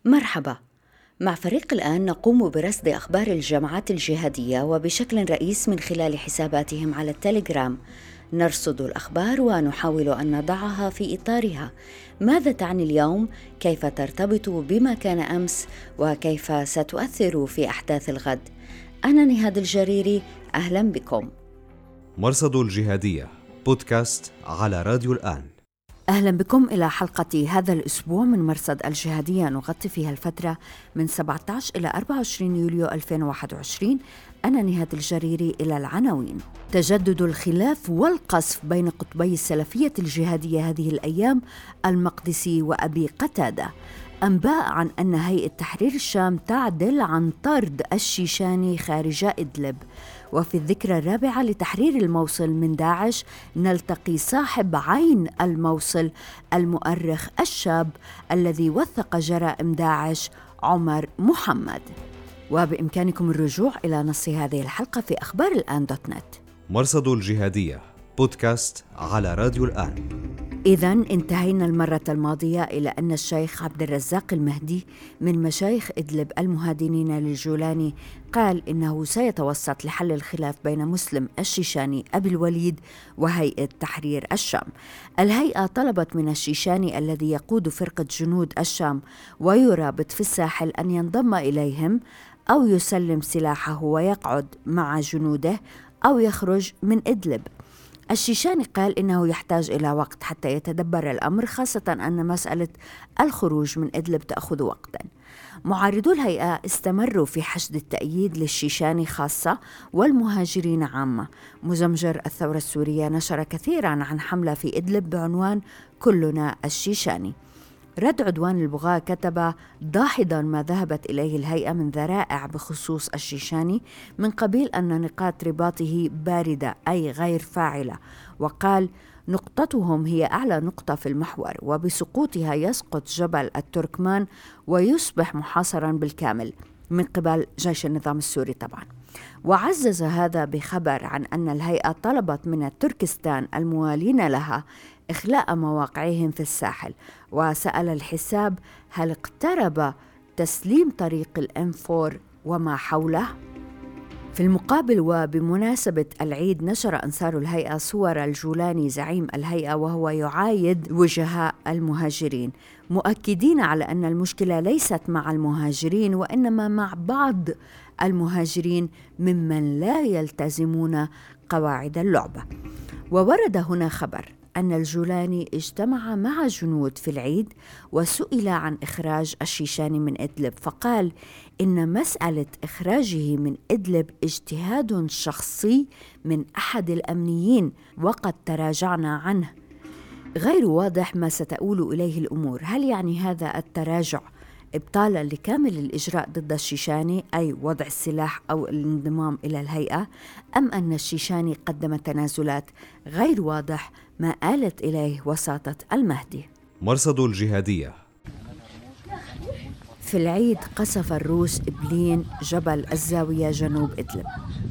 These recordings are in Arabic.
مرحبا. مع فريق الآن نقوم برصد أخبار الجماعات الجهادية وبشكل رئيس من خلال حساباتهم على التليجرام. نرصد الأخبار ونحاول أن نضعها في إطارها. ماذا تعني اليوم؟ كيف ترتبط بما كان أمس؟ وكيف ستؤثر في أحداث الغد؟ أنا نهاد الجريري، أهلا بكم. مرصد الجهادية بودكاست على راديو الآن. أهلا بكم إلى حلقة هذا الأسبوع من مرصد الجهادية، نغطي فيها الفترة من 17 إلى 24 يوليو 2021. أنا نهاد الجريري. إلى العناوين: تجدد الخلاف والقصف بين قطبي السلفية الجهادية هذه الأيام، المقدسي وأبي قتادة. أنباء عن أن هيئة تحرير الشام تعدل عن طرد الشيشاني خارج إدلب. وفي الذكرى الرابعة لتحرير الموصل من داعش نلتقي صاحب عين الموصل، المؤرخ الشاب الذي وثق جرائم داعش، عمر محمد. وبإمكانكم الرجوع إلى نص هذه الحلقة في أخبار الآن .نت. مرصد الجهادية بودكاست على راديو الآن. إذن انتهينا المرة الماضية إلى أن الشيخ عبد الرزاق المهدي من مشايخ إدلب المهادنين للجولاني قال إنه سيتوسط لحل الخلاف بين مسلم الشيشاني أبي الوليد وهيئة تحرير الشام. الهيئة طلبت من الشيشاني الذي يقود فرقة جنود الشام ويرابط في الساحل أن ينضم إليهم أو يسلم سلاحه ويقعد مع جنوده أو يخرج من إدلب. الشيشاني قال إنه يحتاج إلى وقت حتى يتدبر الأمر، خاصة أن مسألة الخروج من إدلب تأخذ وقتا. معارضو الهيئة استمروا في حشد التأييد للشيشاني خاصة والمهاجرين عامة. مزمجر الثورة السورية نشر كثيرا عن حملة في إدلب بعنوان كلنا الشيشاني. رد عدوان البغاة كتب داحضا ما ذهبت إليه الهيئة من ذرائع بخصوص الشيشاني، من قبيل أن نقاط رباطه باردة أي غير فاعلة، وقال نقطتهم هي أعلى نقطة في المحور، وبسقوطها يسقط جبل التركمان ويصبح محاصرا بالكامل من قبل جيش النظام السوري طبعا. وعزز هذا بخبر عن أن الهيئة طلبت من التركستان الموالين لها إخلاء مواقعهم في الساحل، وسأل الحساب هل اقترب تسليم طريق الM4 وما حوله؟ في المقابل وبمناسبة العيد نشر أنصار الهيئة صور الجولاني زعيم الهيئة وهو يعايد وجهاء المهاجرين، مؤكدين على أن المشكلة ليست مع المهاجرين وإنما مع بعض المهاجرين ممن لا يلتزمون قواعد اللعبة. وورد هنا خبر أن الجولاني اجتمع مع جنود في العيد وسئل عن إخراج الشيشاني من إدلب، فقال إن مسألة إخراجه من إدلب اجتهاد شخصي من أحد الأمنيين وقد تراجعنا عنه. غير واضح ما ستؤول إليه الأمور. هل يعني هذا التراجع إبطالا لكامل الإجراء ضد الشيشاني أي وضع السلاح أو الانضمام إلى الهيئة، أم أن الشيشاني قدم تنازلات؟ غير واضح ما آلت إليه وساطة المهدي. مرصد الجهادية. في العيد قصف الروس إبلين جبل الزاوية جنوب إدلب.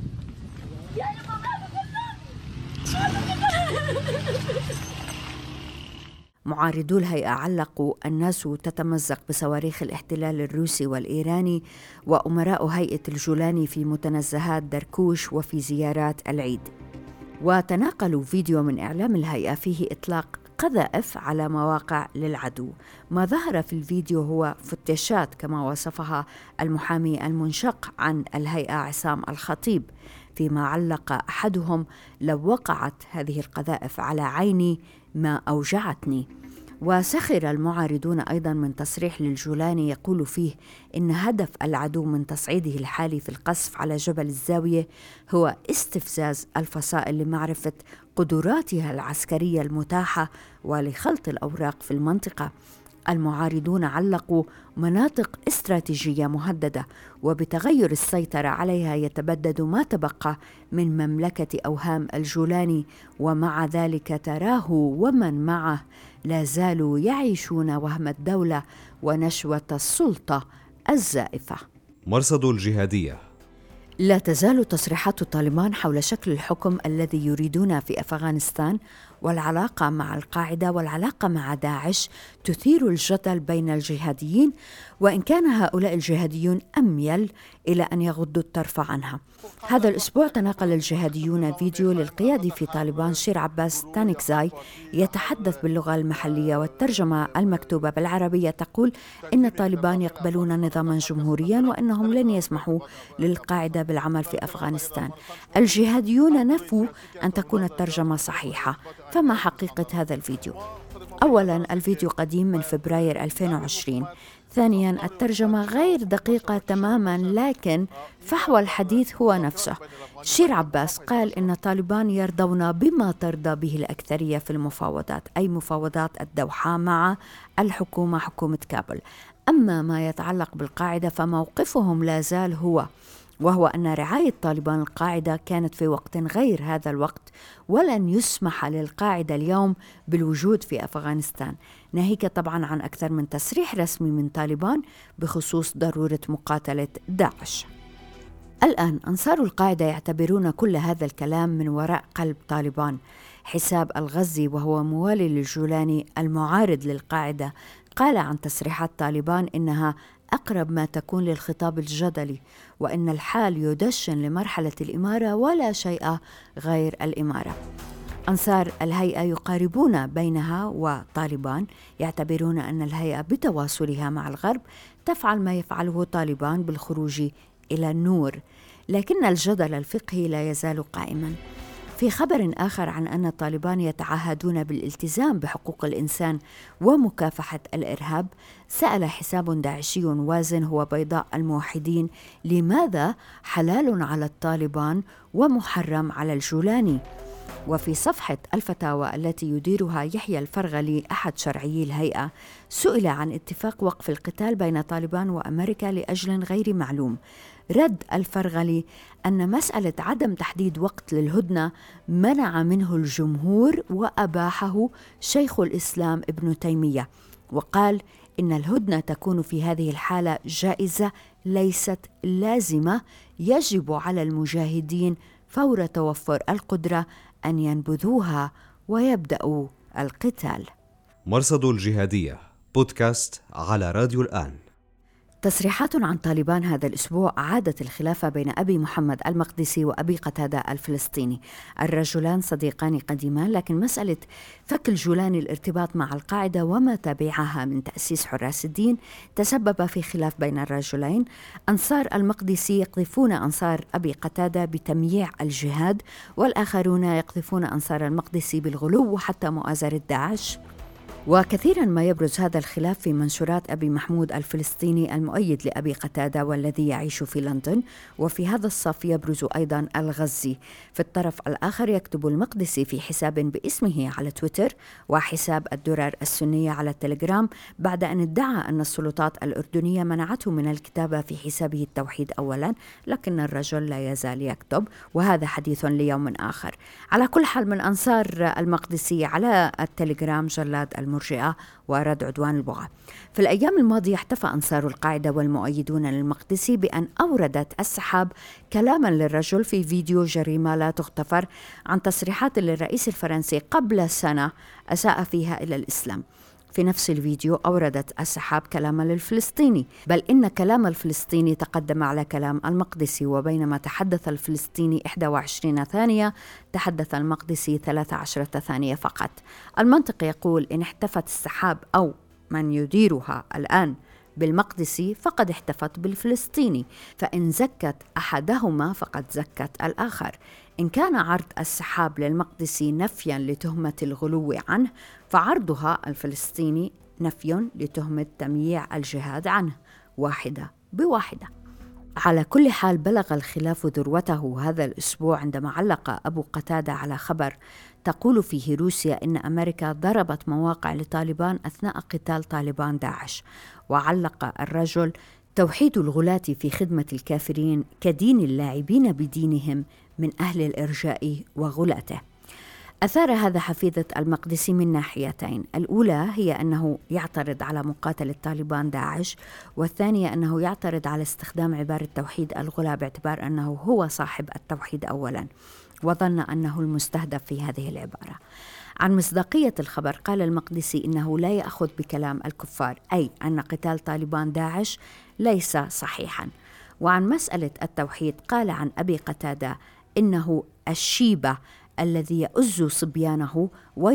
معارضو الهيئة علقوا الناس تتمزق بصواريخ الاحتلال الروسي والإيراني وأمراء هيئة الجولاني في متنزهات دركوش وفي زيارات العيد. وتناقلوا فيديو من إعلام الهيئة فيه إطلاق قذائف على مواقع للعدو. ما ظهر في الفيديو هو فتشات كما وصفها المحامي المنشق عن الهيئة عصام الخطيب، فيما علق أحدهم: لو وقعت هذه القذائف على عيني ما أوجعتني. وسخر المعارضون أيضا من تصريح للجولاني يقول فيه إن هدف العدو من تصعيده الحالي في القصف على جبل الزاوية هو استفزاز الفصائل لمعرفة قدراتها العسكرية المتاحة ولخلط الأوراق في المنطقة. المعارضون علقوا مناطق استراتيجية مهددة، وبتغير السيطرة عليها يتبدد ما تبقى من مملكة أوهام الجولاني، ومع ذلك تراه ومن معه لا زالوا يعيشون وهم الدولة ونشوة السلطة الزائفة. مرصد الجهادية. لا تزال تصريحات طالبان حول شكل الحكم الذي يريدونه في أفغانستان والعلاقة مع القاعدة والعلاقة مع داعش تثير الجدل بين الجهاديين، وإن كان هؤلاء الجهاديون أميل إلى أن يغضوا الطرف عنها. هذا الأسبوع تناقل الجهاديون فيديو للقيادي في طالبان شير عباس تانكزاي يتحدث باللغة المحلية، والترجمة المكتوبة بالعربية تقول إن طالبان يقبلون نظاما جمهوريا وأنهم لن يسمحوا للقاعدة بالعمل في أفغانستان. الجهاديون نفوا أن تكون الترجمة صحيحة. فما حقيقة هذا الفيديو؟ أولاً، الفيديو قديم من فبراير 2020. ثانياً، الترجمة غير دقيقة تماماً، لكن فحوى الحديث هو نفسه. شير عباس قال إن طالبان يرضون بما ترضى به الأكثرية في المفاوضات، أي مفاوضات الدوحة مع الحكومة، حكومة كابل. أما ما يتعلق بالقاعدة فموقفهم لا زال وهو أن رعاية طالبان القاعدة كانت في وقت غير هذا الوقت، ولن يسمح للقاعدة اليوم بالوجود في أفغانستان، ناهيك طبعا عن أكثر من تصريح رسمي من طالبان بخصوص ضرورة مقاتلة داعش. الآن أنصار القاعدة يعتبرون كل هذا الكلام من وراء قلب طالبان. حساب الغزي، وهو موالي للجولاني المعارض للقاعدة، قال عن تصريحات طالبان إنها أقرب ما تكون للخطاب الجدلي، وإن الحال يدشن لمرحلة الإمارة ولا شيء غير الإمارة. أنصار الهيئة يقاربون بينها وطالبان، يعتبرون أن الهيئة بتواصلها مع الغرب تفعل ما يفعله طالبان بالخروج إلى النور، لكن الجدل الفقهي لا يزال قائما. في خبر آخر عن أن طالبان يتعهدون بالالتزام بحقوق الإنسان ومكافحة الإرهاب، سأل حساب داعشي وازن هو بيضاء الموحدين لماذا حلال على الطالبان ومحرم على الجولاني. وفي صفحة الفتاوى التي يديرها يحيى الفرغلي أحد شرعيي الهيئة، سئل عن اتفاق وقف القتال بين طالبان وأمريكا لأجل غير معلوم. رد الفرغلي أن مسألة عدم تحديد وقت للهدنة منع منه الجمهور وأباحه شيخ الإسلام ابن تيمية، وقال إن الهدنة تكون في هذه الحالة جائزة ليست لازمة، يجب على المجاهدين فور توفر القدرة أن ينبذوها ويبدأوا القتال. مرصد الجهادية بودكاست على راديو الآن. تصريحات عن طالبان هذا الأسبوع أعادت الخلافة بين أبي محمد المقدسي وأبي قتادة الفلسطيني. الرجلان صديقان قديمان، لكن مسألة فك الجولاني الارتباط مع القاعدة وما تبعها من تأسيس حراس الدين تسبب في خلاف بين الرجلين. أنصار المقدسي يقذفون أنصار أبي قتادة بتمييع الجهاد، والآخرون يقذفون أنصار المقدسي بالغلو وحتى مؤازرة داعش. وكثيرا ما يبرز هذا الخلاف في منشورات أبي محمود الفلسطيني المؤيد لأبي قتادة والذي يعيش في لندن، وفي هذا الصف يبرز أيضا الغزي. في الطرف الآخر يكتب المقدسي في حساب باسمه على تويتر وحساب الدرر السنية على التليجرام بعد أن ادعى أن السلطات الأردنية منعته من الكتابة في حسابه التوحيد أولا، لكن الرجل لا يزال يكتب، وهذا حديث ليوم آخر. على كل حال، من أنصار المقدسي على التليجرام جلاد المرجئة ورد عدوان البغاة. في الأيام الماضية احتفى أنصار القاعدة والمؤيدون للمقدسي بأن أوردت السحاب كلاما للرجل في فيديو جريمة لا تغتفر عن تصريحات للرئيس الفرنسي قبل سنة أساء فيها إلى الإسلام. في نفس الفيديو أوردت السحاب كلاما للفلسطيني، بل إن كلام الفلسطيني تقدم على كلام المقدسي، وبينما تحدث الفلسطيني 21 ثانية تحدث المقدسي 13 ثانية فقط. المنطق يقول إن احتفت السحاب أو من يديرها الآن بالمقدسي فقد احتفت بالفلسطيني، فإن زكت أحدهما فقد زكت الآخر. إن كان عرض السحاب للمقدسي نفيا لتهمة الغلو عنه، فعرضها الفلسطيني نفي لتهمة تمييع الجهاد عنه، واحدة بواحدة. على كل حال، بلغ الخلاف ذروته هذا الأسبوع عندما علق أبو قتادة على خبر تقول فيه روسيا إن أمريكا ضربت مواقع لطالبان أثناء قتال طالبان داعش. وعلق الرجل: توحيد الغلاة في خدمة الكافرين كدين اللاعبين بدينهم من أهل الإرجاء وغلاته. أثار هذا حفيظة المقدسي من ناحيتين، الأولى هي أنه يعترض على مقاتلة طالبان داعش، والثانية أنه يعترض على استخدام عبارة توحيد الغلا باعتبار أنه هو صاحب التوحيد أولا، وظن أنه المستهدف في هذه العبارة. عن مصداقية الخبر قال المقدسي إنه لا يأخذ بكلام الكفار، أي أن قتال طالبان داعش ليس صحيحا. وعن مسألة التوحيد قال عن أبي قتادة إنه الشيبة الذي يؤز صبيانه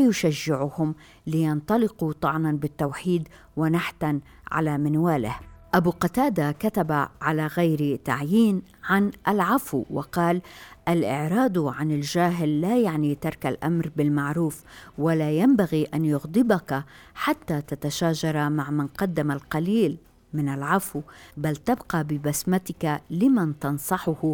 ويشجعهم لينطلقوا طعنا بالتوحيد ونحتا على منواله. أبو قتادة كتب على غير تعيين عن العفو وقال: الإعراض عن الجاهل لا يعني ترك الأمر بالمعروف، ولا ينبغي أن يغضبك حتى تتشاجر مع من قدم القليل من العفو، بل تبقى ببسمتك لمن تنصحه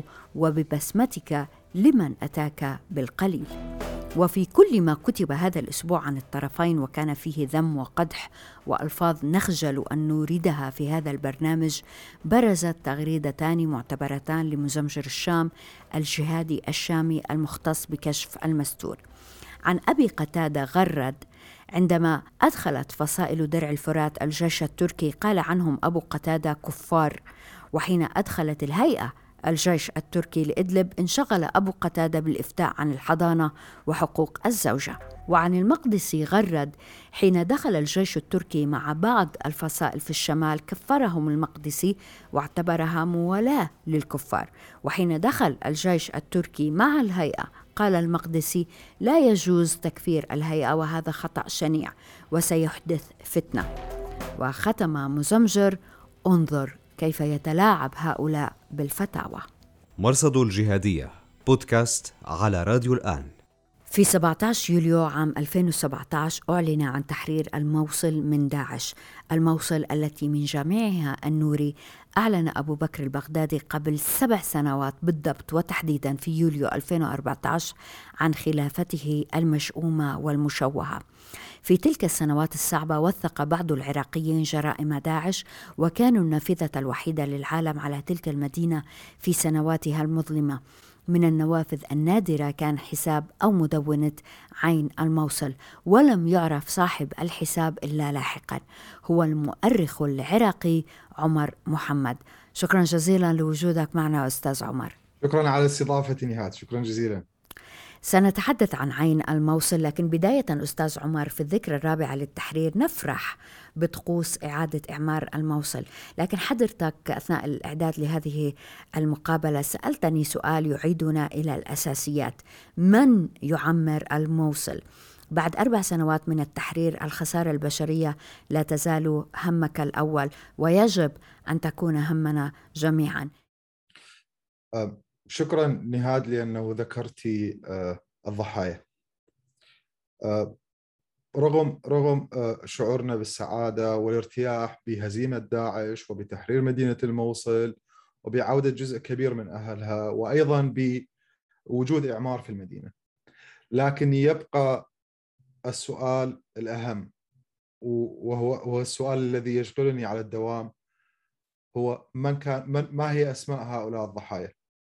وببسمتك لمن أتاك بالقليل. وفي كل ما كتب هذا الأسبوع عن الطرفين وكان فيه ذم وقدح وألفاظ نخجل أن نوردها في هذا البرنامج، برزت تغريدتان معتبرتان لمزمجر الشام الجهادي الشامي المختص بكشف المستور. عن أبي قتادة غرد: عندما أدخلت فصائل درع الفرات الجيش التركي قال عنهم أبو قتادة كفار، وحين أدخلت الهيئة الجيش التركي لإدلب انشغل أبو قتادة بالإفتاء عن الحضانة وحقوق الزوجة. وعن المقدسي غرد: حين دخل الجيش التركي مع بعض الفصائل في الشمال كفرهم المقدسي واعتبرها موالاة للكفار، وحين دخل الجيش التركي مع الهيئة قال المقدسي: لا يجوز تكفير الهيئة وهذا خطأ شنيع وسيحدث فتنة. وختم مزمجر: انظر كيف يتلاعب هؤلاء بالفتاوى. مرصد الجهادية بودكاست على راديو الآن. في 17 يوليو عام 2017 أعلن عن تحرير الموصل من داعش، الموصل التي من جامعها النوري أعلن أبو بكر البغدادي قبل 7 سنوات بالضبط، وتحديدا في يوليو 2014، عن خلافته المشؤومة والمشوهة. في تلك السنوات الصعبة وثق بعض العراقيين جرائم داعش، وكانوا النافذة الوحيدة للعالم على تلك المدينة في سنواتها المظلمة. من النوافذ النادرة كان حساب أو مدونة عين الموصل، ولم يعرف صاحب الحساب إلا لاحقا، هو المؤرخ العراقي عمر محمد. شكرا جزيلا لوجودك معنا أستاذ عمر. شكرا على استضافتي نهاد، شكرا جزيلا. سنتحدث عن عين الموصل، لكن بداية أستاذ عمر، في الذكرى الرابعة للتحرير نفرح بطقوس إعادة إعمار الموصل، لكن حضرتك أثناء الإعداد لهذه المقابلة سألتني سؤال يعيدنا إلى الأساسيات: من يعمر الموصل؟ بعد 4 سنوات من التحرير الخسارة البشرية لا تزال همك الأول، ويجب أن تكون همنا جميعا. شكرا نهاد لأنه ذكرتي الضحايا. رغم شعورنا بالسعادة والارتياح بهزيمة داعش وبتحرير مدينة الموصل وبعودة جزء كبير من أهلها وأيضا بوجود إعمار في المدينة، لكن يبقى السؤال الأهم، وهو السؤال الذي يشغلني على الدوام، هو ما هي أسماء هؤلاء الضحايا؟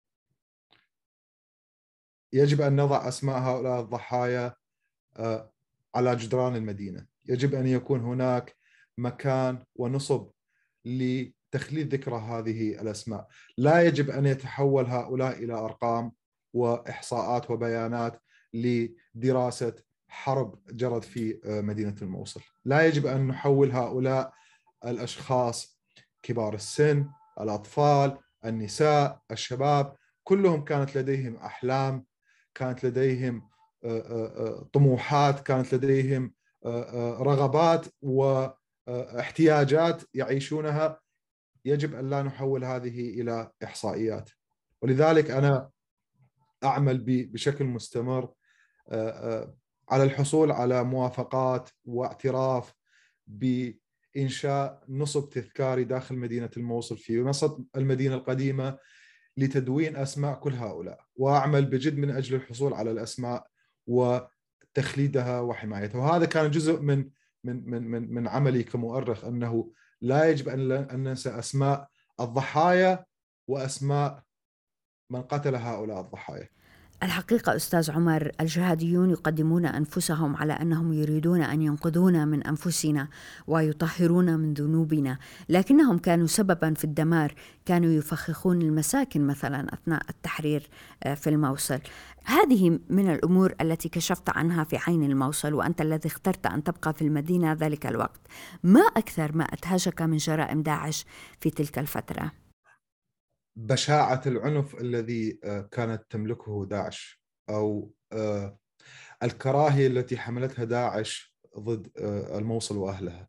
يجب أن نضع أسماء هؤلاء الضحايا على جدران المدينة. يجب أن يكون هناك مكان ونصب لتخليد ذكرى هذه الأسماء. لا يجب أن يتحول هؤلاء إلى أرقام وإحصاءات وبيانات لدراسة حرب جرت في مدينة الموصل. لا يجب أن نحول هؤلاء الأشخاص كبار السن، الأطفال، النساء، الشباب، كلهم كانت لديهم أحلام، كانت لديهم طموحات، كانت لديهم رغبات واحتياجات يعيشونها. يجب أن لا نحول هذه إلى إحصائيات. ولذلك أنا أعمل بشكل مستمر على الحصول على موافقات واعتراف بإنشاء نصب تذكاري داخل مدينة الموصل في وسط المدينة القديمة لتدوين أسماء كل هؤلاء، وأعمل بجد من أجل الحصول على الأسماء وتخليدها وحمايتها. وهذا كان جزء من عملي كمؤرخ، أنه لا يجب أن ننسى أسماء الضحايا وأسماء من قتل هؤلاء الضحايا. الحقيقة أستاذ عمر، الجهاديون يقدمون أنفسهم على أنهم يريدون أن ينقذونا من أنفسنا ويطهرونا من ذنوبنا، لكنهم كانوا سببا في الدمار. كانوا يفخخون المساكن مثلا أثناء التحرير في الموصل. هذه من الأمور التي كشفت عنها في عين الموصل، وأنت الذي اخترت أن تبقى في المدينة ذلك الوقت. ما أكثر ما أدهشك من جرائم داعش في تلك الفترة؟ بشاعة العنف الذي كانت تملكه داعش، أو الكراهية التي حملتها داعش ضد الموصل وأهلها.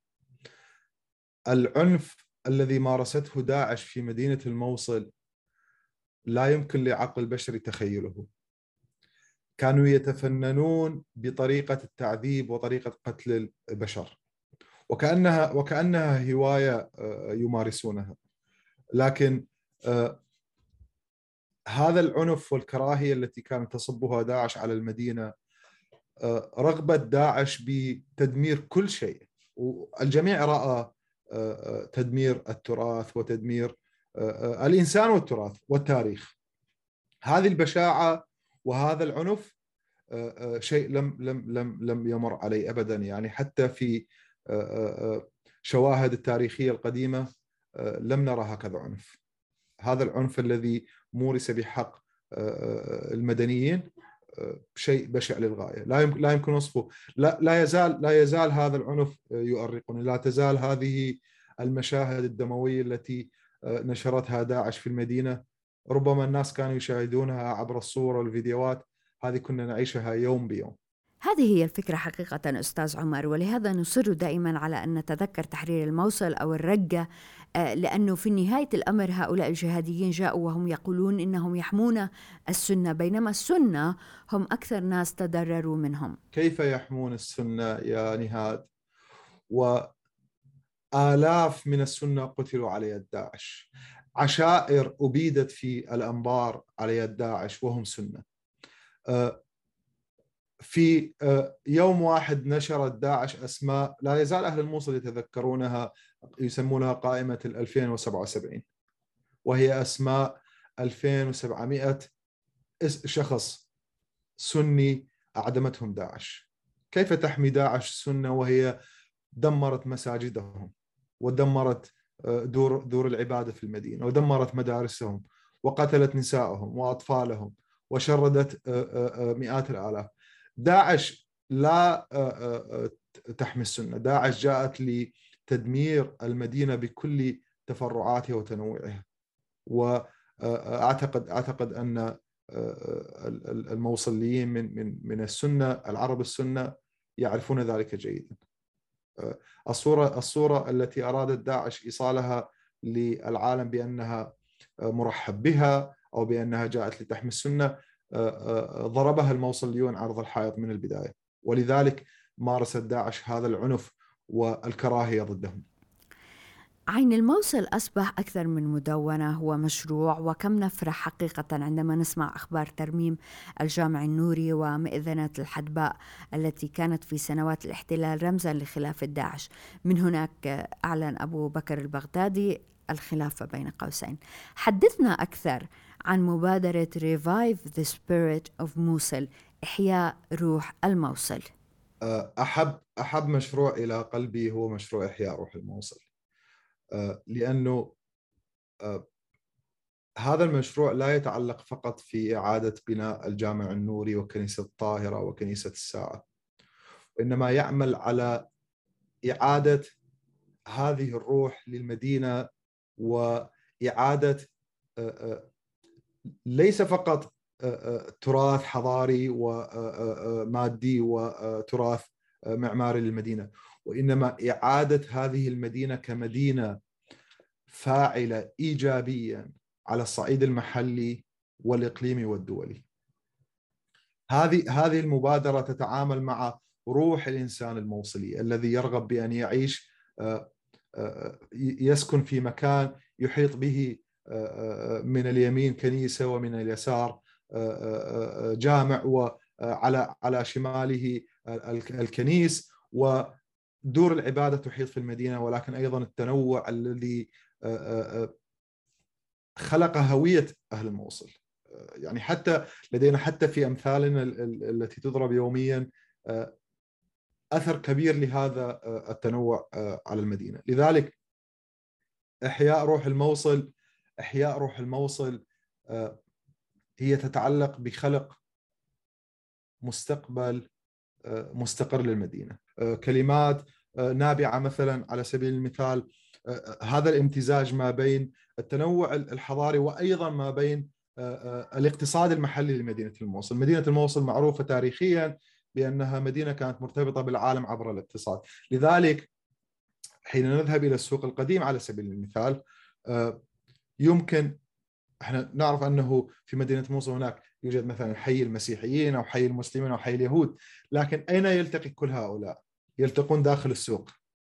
العنف الذي مارسته داعش في مدينة الموصل لا يمكن لعقل بشري تخيله. كانوا يتفننون بطريقة التعذيب وطريقة قتل البشر، وكأنها هواية يمارسونها. لكن هذا العنف والكراهية التي كانت تصبها داعش على المدينة، رغبة داعش بتدمير كل شيء، والجميع رأى تدمير التراث وتدمير الإنسان والتراث والتاريخ. هذه البشاعة وهذا العنف شيء لم يمر علي أبدا. يعني حتى في شواهد التاريخية القديمة لم نرى هكذا عنف. هذا العنف الذي مورس بحق المدنيين شيء بشع للغاية، لا يمكن وصفه. لا يزال هذا العنف يؤرقني. لا تزال هذه المشاهد الدموية التي نشرتها داعش في المدينة، ربما الناس كانوا يشاهدونها عبر الصور والفيديوهات، هذه كنا نعيشها يوم بيوم. هذه هي الفكرة حقيقة أستاذ عمر، ولهذا نصر دائما على أن نتذكر تحرير الموصل أو الرقة، لأنه في نهاية الأمر هؤلاء الجهاديين جاءوا وهم يقولون إنهم يحمون السنة، بينما السنة هم أكثر ناس تضرروا منهم. كيف يحمون السنة يا نهاد؟ وآلاف من السنة قتلوا على يد داعش، عشائر أبيدت في الأنبار على يد داعش وهم سنة. في يوم واحد نشرت داعش أسماء لا يزال أهل الموصل يتذكرونها، يسمونها قائمة 2077، وهي أسماء 2700 شخص سني أعدمتهم داعش. كيف تحمي داعش السنة وهي دمرت مساجدهم ودمرت دور العبادة في المدينة ودمرت مدارسهم وقتلت نسائهم وأطفالهم وشردت مئات الآلاف؟ داعش لا تحمي السنة. داعش جاءت لتدمير المدينة بكل تفرعاتها وتنوعها. وأعتقد أن الموصليين من السنة، العرب السنة، يعرفون ذلك جيدا. الصورة التي أرادت داعش إيصالها للعالم بأنها مرحب بها أو بأنها جاءت لتحمي السنة، ضربها الموصليون عرض الحائط من البداية، ولذلك مارست داعش هذا العنف والكراهية ضدهم. عين الموصل أصبح أكثر من مدونة، هو مشروع، وكم نفرح حقيقة عندما نسمع أخبار ترميم الجامع النوري ومئذنة الحدباء التي كانت في سنوات الاحتلال رمزا لخلافة داعش. من هناك أعلن أبو بكر البغدادي الخلافة بين قوسين. حدثنا أكثر عن مبادرة Revive the Spirit of Mosul، إحياء روح الموصل. أحب مشروع إلى قلبي هو مشروع إحياء روح الموصل، لأنه هذا المشروع لا يتعلق فقط في إعادة بناء الجامع النوري وكنيسة الطاهرة وكنيسة الساعة، وإنما يعمل على إعادة هذه الروح للمدينة، وإعادة ليس فقط تراث حضاري ومادي وتراث معماري للمدينة، وإنما إعادة هذه المدينة كمدينة فاعلة إيجابيا على الصعيد المحلي والإقليمي والدولي. هذه المبادرة تتعامل مع روح الإنسان الموصلي الذي يرغب بأن يعيش يسكن في مكان يحيط به من اليمين كنيسة ومن اليسار جامع، وعلى شماله الكنيس، ودور العبادة تحيط في المدينة، ولكن أيضا التنوع الذي خلق هوية أهل الموصل. يعني حتى لدينا حتى في أمثالنا التي تضرب يوميا أثر كبير لهذا التنوع على المدينة. لذلك إحياء روح الموصل هي تتعلق بخلق مستقبل مستقر للمدينة. كلمات نابعة مثلا على سبيل المثال هذا الامتزاج ما بين التنوع الحضاري وأيضا ما بين الاقتصاد المحلي لمدينة الموصل. مدينة الموصل معروفة تاريخيا بأنها مدينة كانت مرتبطة بالعالم عبر الاقتصاد. لذلك حين نذهب إلى السوق القديم على سبيل المثال يمكن احنا نعرف أنه في مدينة موصل هناك يوجد مثلا حي المسيحيين أو حي المسلمين أو حي اليهود، لكن أين يلتقي كل هؤلاء؟ يلتقون داخل السوق.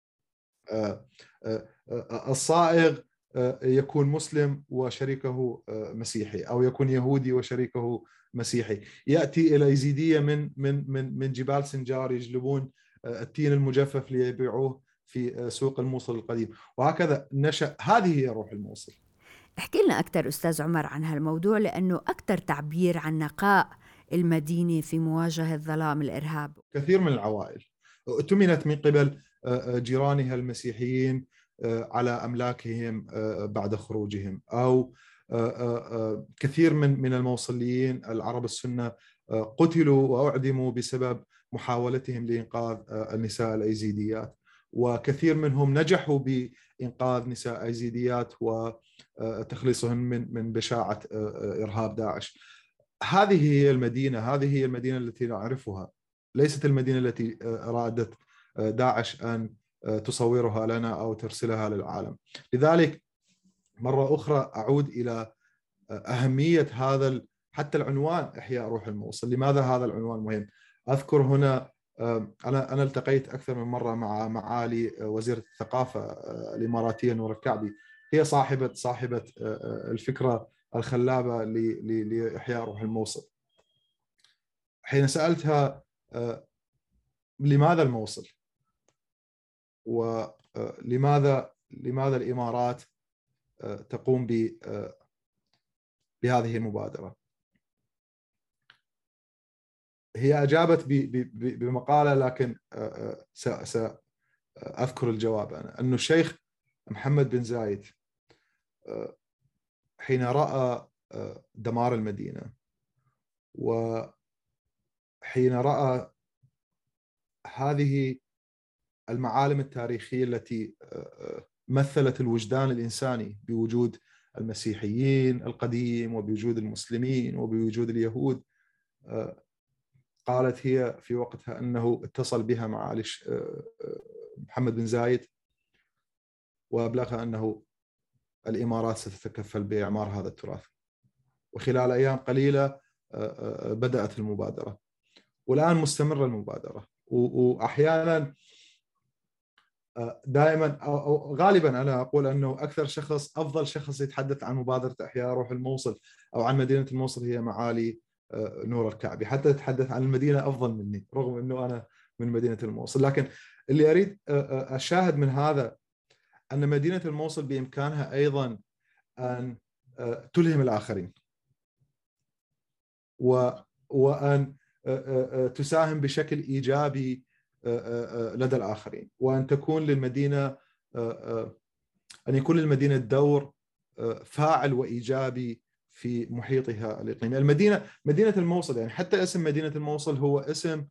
الصائغ يكون مسلم وشريكه مسيحي، أو يكون يهودي وشريكه مسيحي. يأتي إلى يزيدية من جبال سنجار يجلبون التين المجفف ليبيعوه في سوق الموصل القديم، وهكذا نشأ. هذه هي روح الموصل. احكي لنا أكثر أستاذ عمر عن هالموضوع، لأنه أكثر تعبير عن نقاء المدينة في مواجهة ظلام الإرهاب. كثير من العوائل اؤتمنت من قبل جيرانها المسيحيين على أملاكهم بعد خروجهم، أو كثير من الموصليين العرب السنة قتلوا وأعدموا بسبب محاولتهم لإنقاذ النساء الأيزيديات، وكثير منهم نجحوا بإنقاذ نساء أيزيديات وتخليصهن من بشاعة إرهاب داعش. هذه هي المدينة التي نعرفها، ليست المدينة التي أرادت داعش أن تصورها لنا أو ترسلها للعالم. لذلك مرة أخرى أعود إلى أهمية هذا حتى العنوان إحياء روح الموصل. لماذا هذا العنوان مهم؟ أذكر هنا أنا التقيت أكثر من مرة مع معالي وزيرة الثقافة الإماراتية نور الكعبي، هي صاحبة الفكرة الخلابة لإحياء روح الموصل. حين سألتها لماذا الموصل؟ ولماذا الإمارات تقوم بهذه المبادرة؟ هي أجابت بمقالة، لكن سأذكر الجواب أنا. أنه الشيخ محمد بن زايد حين رأى دمار المدينة، وحين رأى هذه المعالم التاريخية التي مثلت الوجدان الإنساني بوجود المسيحيين القديم وبوجود المسلمين وبوجود اليهود، قالت هي في وقتها أنه اتصل بها معالي محمد بن زايد وأبلغها أنه الإمارات ستتكفل بإعمار هذا التراث. وخلال أيام قليلة بدأت المبادرة، والآن مستمرة المبادرة. وأحيانا دائما أو غالبا أنا أقول أنه أفضل شخص يتحدث عن مبادرة إحياء روح الموصل أو عن مدينة الموصل هي معالي نور الكعبي، حتى تتحدث عن المدينة أفضل مني رغم أنه أنا من مدينة الموصل. لكن اللي أريد أشاهد من هذا أن مدينة الموصل بإمكانها أيضا أن تلهم الآخرين وأن تساهم بشكل إيجابي لدى الآخرين، وأن تكون للمدينة أن يكون للمدينة دور فاعل وإيجابي في محيطها الإقليمي. مدينة الموصل، يعني حتى اسم مدينة الموصل هو اسم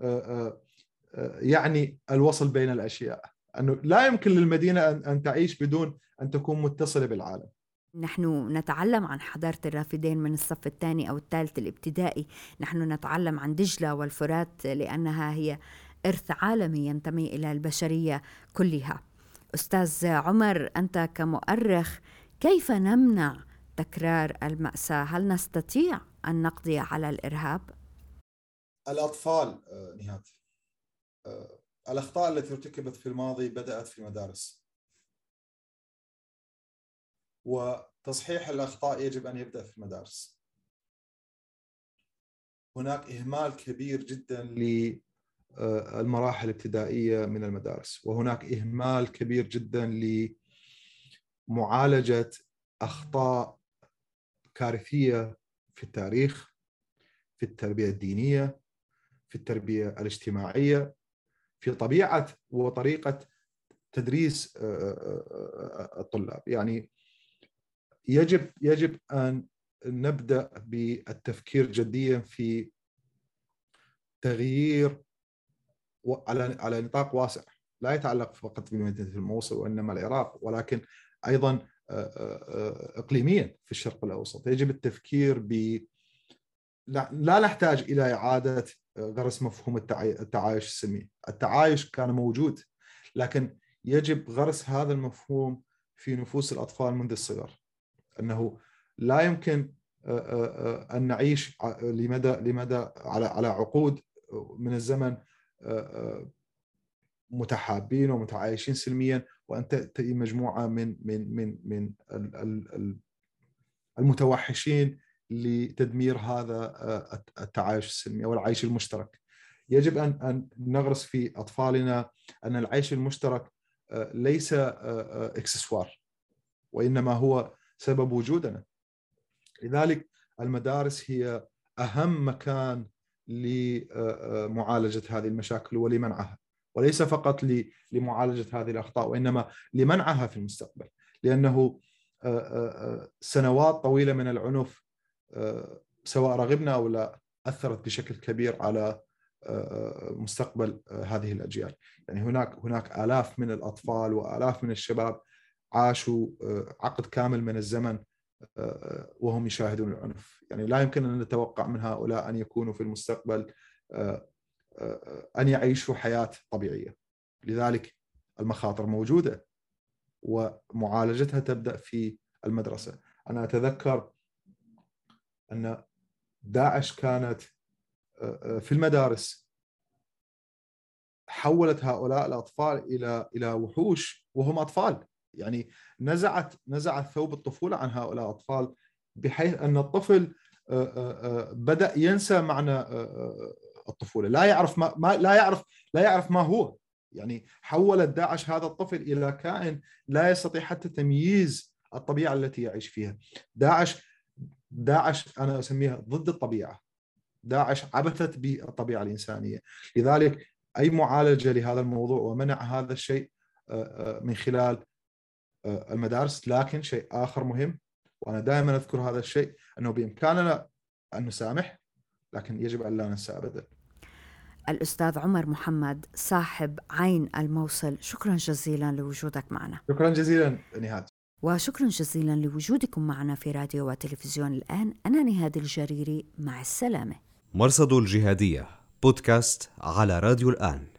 يعني الوصل بين الأشياء، أنه لا يمكن للمدينة أن تعيش بدون أن تكون متصلة بالعالم. نحن نتعلم عن حضارة الرافدين من الصف الثاني أو الثالث الابتدائي. نحن نتعلم عن دجلة والفرات لأنها هي إرث عالمي ينتمي إلى البشرية كلها. أستاذ عمر، أنت كمؤرخ كيف نمنع تكرار المأساة؟ هل نستطيع أن نقضي على الإرهاب؟ الأطفال نهاد، الأخطاء التي ارتكبت في الماضي بدأت في المدارس، وتصحيح الأخطاء يجب أن يبدأ في المدارس. هناك إهمال كبير جدا للمراحل الابتدائية من المدارس، وهناك إهمال كبير جدا لمعالجة أخطاء كارثية في التاريخ، في التربية الدينية، في التربية الاجتماعية، في طبيعة وطريقة تدريس الطلاب. يعني يجب أن نبدأ بالتفكير جديا في تغيير على نطاق واسع، لا يتعلق فقط بمدينة الموصل وإنما العراق، ولكن أيضا إقليميا في الشرق الأوسط. يجب التفكير لا نحتاج إلى إعادة غرس مفهوم التعايش السلمي. التعايش كان موجود، لكن يجب غرس هذا المفهوم في نفوس الأطفال منذ الصغر، أنه لا يمكن أن نعيش لمدى على عقود من الزمن متحابين ومتعايشين سلميا، وأن تأتي مجموعة من المتوحشين لتدمير هذا التعايش السلمي أو العيش المشترك. يجب أن نغرس في أطفالنا أن العيش المشترك ليس إكسسوار، وإنما هو سبب وجودنا. لذلك المدارس هي أهم مكان لمعالجة هذه المشاكل ولمنعها، وليس فقط لمعالجة هذه الأخطاء، وإنما لمنعها في المستقبل، لأنه سنوات طويلة من العنف سواء رغبنا أو لا أثرت بشكل كبير على مستقبل هذه الأجيال. يعني هناك آلاف من الأطفال وآلاف من الشباب عاشوا عقد كامل من الزمن وهم يشاهدون العنف. يعني لا يمكن أن نتوقع من هؤلاء أن يكونوا في المستقبل أن يعيشوا حياة طبيعية. لذلك المخاطر موجودة ومعالجتها تبدأ في المدرسة. أنا أتذكر أن داعش كانت في المدارس، حولت هؤلاء الأطفال إلى وحوش وهم أطفال. يعني نزعت ثوب الطفولة عن هؤلاء الأطفال، بحيث أن الطفل بدأ ينسى معنى الطفولة، لا يعرف ما هو. يعني حولت داعش هذا الطفل إلى كائن لا يستطيع حتى تمييز الطبيعة التي يعيش فيها. داعش أنا أسميها ضد الطبيعة. داعش عبثت بالطبيعة الإنسانية. لذلك أي معالجة لهذا الموضوع ومنع هذا الشيء من خلال المدارس. لكن شيء آخر مهم، وأنا دائما أذكر هذا الشيء، أنه بإمكاننا أن نسامح، لكن يجب أن لا ننسى أبدا. الأستاذ عمر محمد صاحب عين الموصل، شكرا جزيلا لوجودك معنا. شكرا جزيلا نهاد. وشكرا جزيلا لوجودكم معنا في راديو وتلفزيون الآن. أنا نهاد الجريري، مع السلامة. مرصد الجهادية بودكاست على راديو الآن.